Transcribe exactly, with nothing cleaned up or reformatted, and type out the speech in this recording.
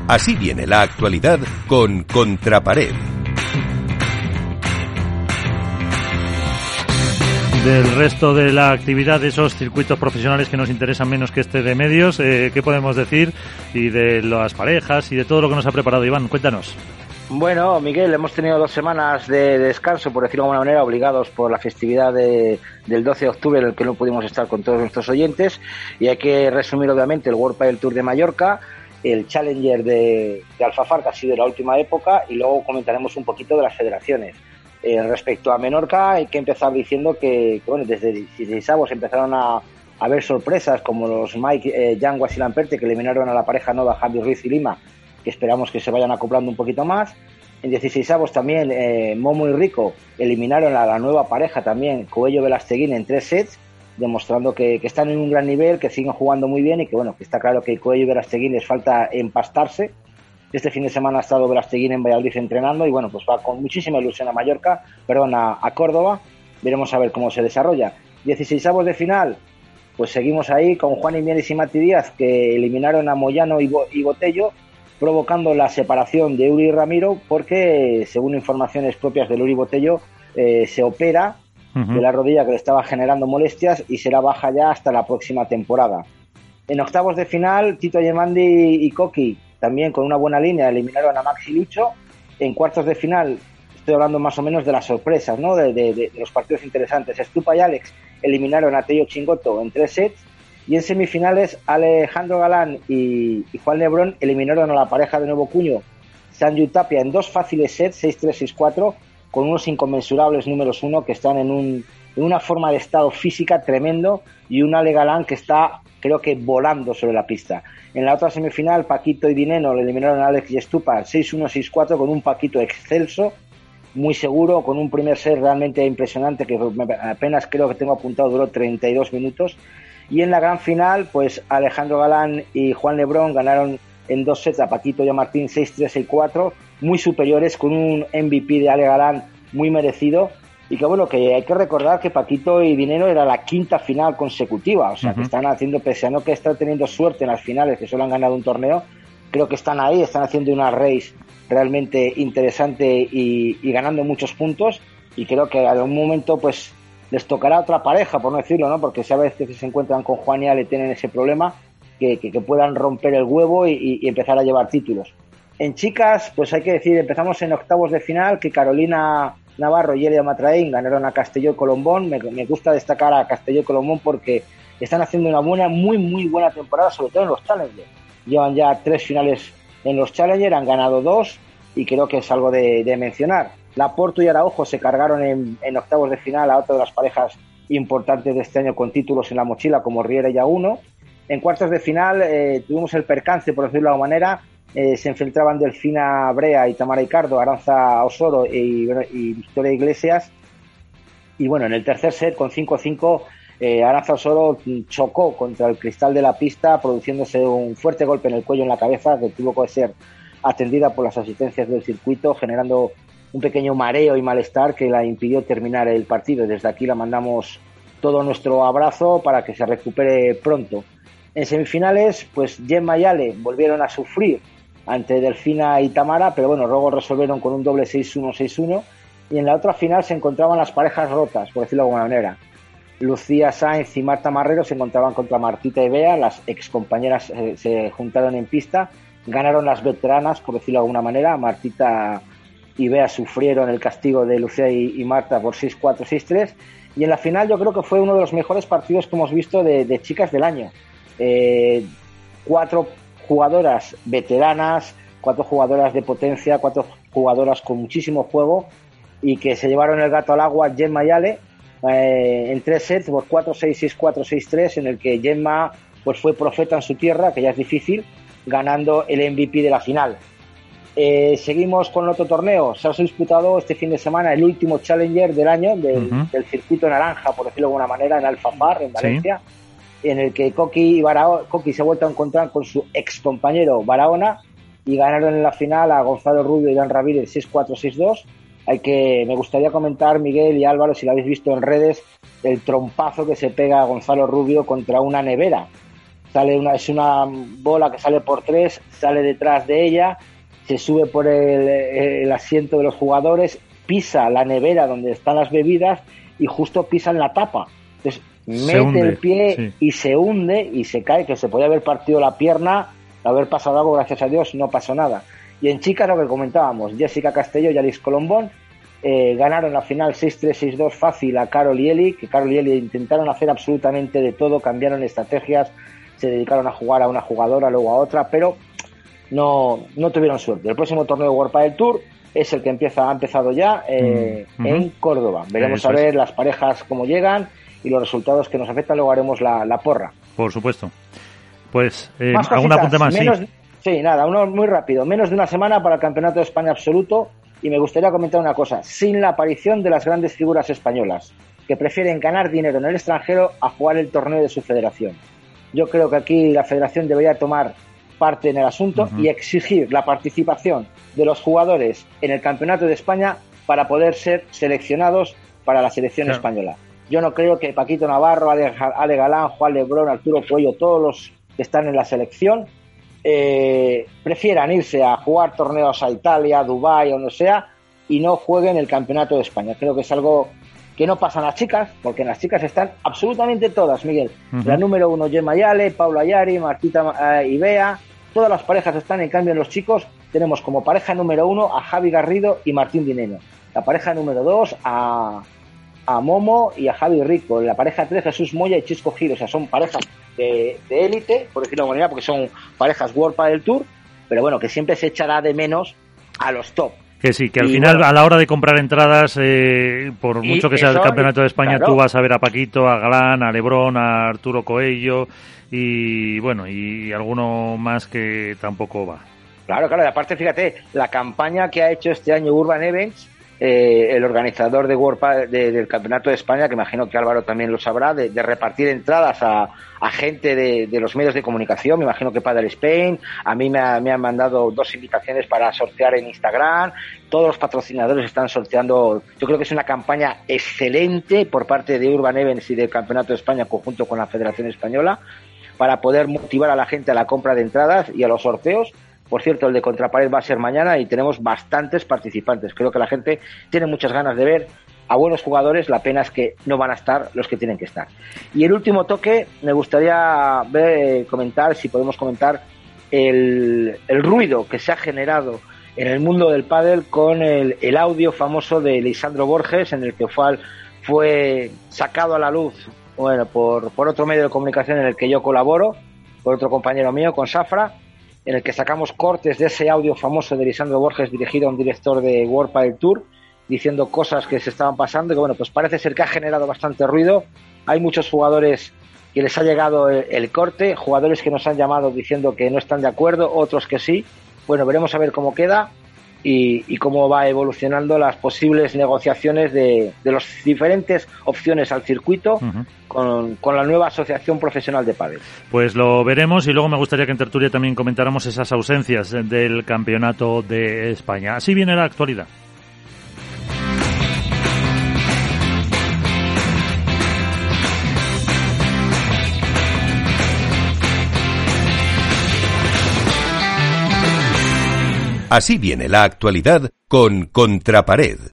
Así viene la actualidad con Contrapared. Del resto de la actividad, de esos circuitos profesionales que nos interesan menos que este de medios, eh, ¿qué podemos decir? Y de las parejas y de todo lo que nos ha preparado Iván, cuéntanos. Bueno, Miguel, hemos tenido dos semanas de descanso, por decirlo de alguna manera, obligados por la festividad de, del doce de octubre, en el que no pudimos estar con todos nuestros oyentes, y hay que resumir obviamente el World Padel Tour de Mallorca, el Challenger de, de Alfafar, que ha sido de la última época, y luego comentaremos un poquito de las federaciones. Eh, respecto a Menorca, hay que empezar diciendo que, que bueno, desde dieciséisavos empezaron a, a haber sorpresas como los Mike eh, Yanguas y Lamperte, que eliminaron a la pareja Nova, Javi Ruiz y Lima, que esperamos que se vayan acoplando un poquito más. En dieciséisavos también eh, Momo y Rico eliminaron a la nueva pareja también, Coello Velasteguín, en tres sets, demostrando que, que están en un gran nivel, que siguen jugando muy bien y que bueno, que está claro que Coello y Velasteguín les falta empastarse. Este fin de semana ha estado Velasteguín en Valladolid entrenando y bueno, pues va con muchísima ilusión a Mallorca, perdón, a, a Córdoba. Veremos a ver cómo se desarrolla. dieciséisavos de final, pues seguimos ahí con Juan Imieres y Mati Díaz, que eliminaron a Moyano y, Bo, y Botello, provocando la separación de Uri y Ramiro, porque según informaciones propias de Uri Botello, eh, se opera uh-huh. de la rodilla que le estaba generando molestias y será baja ya hasta la próxima temporada. En octavos de final, Tito Yemandi y Coqui, también con una buena línea, eliminaron a Max y Lucho. En cuartos de final, estoy hablando más o menos de las sorpresas, ¿no? de, de, de los partidos interesantes. Estupa y Alex eliminaron a Tello Chingoto en tres sets. Y en semifinales, Alejandro Galán y, y Juan Lebrón eliminaron a la pareja de Nuevo Cuño, Sanju Tapia, en dos fáciles sets, seis tres, seis cuatro, con unos inconmensurables números uno que están en, un, en una forma de estado física tremendo, y un Ale Galán que está, creo que, volando sobre la pista. En la otra semifinal, Paquito y Dineno le eliminaron a Alex y Estupa seis uno, seis cuatro, con un Paquito excelso, muy seguro, con un primer set realmente impresionante que apenas creo que tengo apuntado, duró treinta y dos minutos. Y en la gran final, pues Alejandro Galán y Juan Lebrón ganaron en dos sets a Paquito y a Martín seis tres, seis cuatro, muy superiores, con un M V P de Ale Galán muy merecido. Y que bueno, que hay que recordar que Paquito y Dinero era la quinta final consecutiva, o sea, uh-huh. que están haciendo, pese a no que están teniendo suerte en las finales, que solo han ganado un torneo, creo que están ahí, están haciendo una race realmente interesante y, y ganando muchos puntos, y creo que a un momento pues les tocará otra pareja, por no decirlo, ¿no? Porque sabes que si se encuentran con Juan y Ale tienen ese problema, que, que, que puedan romper el huevo y, y empezar a llevar títulos. En chicas, pues hay que decir, empezamos en octavos de final, que Carolina Navarro y Elia Matraín ganaron a Castelló y Colombón. Me, me gusta destacar a Castelló y Colombón porque están haciendo una buena, muy, muy buena temporada, sobre todo en los Challengers. Llevan ya tres finales en los Challengers, han ganado dos y creo que es algo de, de mencionar. Laporto y Araujo se cargaron en, en octavos de final a otra de las parejas importantes de este año con títulos en la mochila, como Riera y Aguno. En cuartos de final eh, tuvimos el percance, por decirlo de alguna manera, eh, se enfrentaban Delfina Brea y Tamara Icardo, Aranza Osoro y, y Victoria Iglesias. Y bueno, en el tercer set, con cinco cinco, eh, Aranza Osoro chocó contra el cristal de la pista, produciéndose un fuerte golpe en el cuello, en la cabeza, que tuvo que ser atendida por las asistencias del circuito, generando un pequeño mareo y malestar que la impidió terminar el partido. Desde aquí la mandamos todo nuestro abrazo para que se recupere pronto. En semifinales, pues Gemma y Ale volvieron a sufrir ante Delfina y Tamara, pero bueno, luego resolvieron con un doble seis uno, seis uno, y en la otra final se encontraban las parejas rotas, por decirlo de alguna manera. Lucía Sáenz y Marta Marrero se encontraban contra Martita y Bea, las excompañeras eh, se juntaron en pista, ganaron las veteranas, por decirlo de alguna manera. Martita y Bea sufrieron el castigo de Lucía y, y Marta por seis cuatro, seis tres, y en la final yo creo que fue uno de los mejores partidos que hemos visto de, de chicas del año. Eh, cuatro jugadoras veteranas, cuatro jugadoras de potencia, cuatro jugadoras con muchísimo juego y que se llevaron el gato al agua, Gemma y Ale, eh, en tres sets por cuatro seis, seis cuatro, seis tres, en el que Gemma pues fue profeta en su tierra, que ya es difícil, ganando el M V P de la final. Eh, seguimos con el otro torneo. Se ha disputado este fin de semana el último Challenger del año del, uh-huh. del circuito naranja, por decirlo de alguna manera, en Alfafar, en Valencia, sí. en el que Coqui, y Barao- Coqui se ha vuelto a encontrar con su ex compañero Barahona y ganaron en la final a Gonzalo Rubio y Dan Ramírez seis cuatro, seis dos. Hay que, me gustaría comentar, Miguel y Álvaro, si lo habéis visto en redes, el trompazo que se pega a Gonzalo Rubio contra una nevera. sale una, es una bola que sale por tres, sale detrás de ella, se sube por el, el asiento de los jugadores, pisa la nevera donde están las bebidas y justo pisa en la tapa. Entonces mete hunde, el pie sí. y se hunde y se cae, que se podía haber partido la pierna, haber pasado algo, gracias a Dios no pasó nada. Y en chicas lo que comentábamos, Jessica Castelló y Alice Colombón eh, ganaron la final seis tres, seis dos fácil a Carol y Eli, que Carol y Eli intentaron hacer absolutamente de todo, cambiaron estrategias, se dedicaron a jugar a una jugadora, luego a otra, pero no, no tuvieron suerte. El próximo torneo World Padel Tour es el que empieza ha empezado ya eh, mm, uh-huh. en Córdoba. Veremos Eso a ver es. las parejas cómo llegan y los resultados que nos afectan, luego haremos la, la porra. Por supuesto. Pues, eh, ¿algún apunte más? Menos, sí. sí, nada, uno muy rápido. Menos de una semana para el Campeonato de España absoluto y me gustaría comentar una cosa. Sin la aparición de las grandes figuras españolas que prefieren ganar dinero en el extranjero a jugar el torneo de su federación. Yo creo que aquí la federación debería tomar parte en el asunto uh-huh. y exigir la participación de los jugadores en el Campeonato de España para poder ser seleccionados para la selección claro. española. Yo no creo que Paquito Navarro, Ale, Ale Galán, Juan Lebrón, Arturo Cuello, todos los que están en la selección eh, prefieran irse a jugar torneos a Italia, Dubái o donde sea y no jueguen el Campeonato de España. Creo que es algo que no pasa en las chicas, porque en las chicas están absolutamente todas, Miguel. Uh-huh. La número uno, Gemma Yale, Paula Ayari, Martita eh, y Bea, todas las parejas están. En cambio en los chicos tenemos como pareja número uno a Javi Garrido y Martín Dineno, la pareja número dos a, a Momo y a Javi Rico, la pareja tres Jesús Moya y Chisco Giro. O sea, son parejas de élite, por decirlo de alguna manera, porque son parejas World Padel Tour, pero bueno, que siempre se echará de menos a los top. Que sí, que al y final, bueno, a la hora de comprar entradas, eh, por mucho que sea el Campeonato de España, claro. tú vas a ver a Paquito, a Galán, a Lebrón, a Arturo Coello y bueno, y alguno más que tampoco va. Claro, claro, y aparte fíjate, la campaña que ha hecho este año Urban Events, eh, el organizador de World Padel, de, del Campeonato de España, que imagino que Álvaro también lo sabrá, de, de repartir entradas a, a gente de, de los medios de comunicación, me imagino que Padel Spain, a mí me, ha, me han mandado dos invitaciones para sortear en Instagram, todos los patrocinadores están sorteando. Yo creo que es una campaña excelente por parte de Urban Events y del Campeonato de España en conjunto con la Federación Española para poder motivar a la gente a la compra de entradas y a los sorteos. Por cierto, el de Contrapared va a ser mañana y tenemos bastantes participantes. Creo que la gente tiene muchas ganas de ver a buenos jugadores. La pena es que no van a estar los que tienen que estar. Y el último toque, me gustaría ver, comentar, si podemos comentar, el, el ruido que se ha generado en el mundo del pádel con el, el audio famoso de Lisandro Borges, en el que fue, fue sacado a la luz bueno, por, por otro medio de comunicación en el que yo colaboro, por otro compañero mío, con Safra, en el que sacamos cortes de ese audio famoso de Lisandro Borges dirigido a un director de World Padel Tour diciendo cosas que se estaban pasando y que bueno, pues parece ser que ha generado bastante ruido. Hay muchos jugadores que les ha llegado el, el corte, jugadores que nos han llamado diciendo que no están de acuerdo, otros que sí. Bueno, veremos a ver cómo queda y, y cómo va evolucionando las posibles negociaciones de, de las diferentes opciones al circuito uh-huh. con, con la nueva Asociación Profesional de Pádel. Pues lo veremos y luego me gustaría que en tertulia también comentáramos esas ausencias del Campeonato de España. Así viene la actualidad. Así viene la actualidad con Contrapared.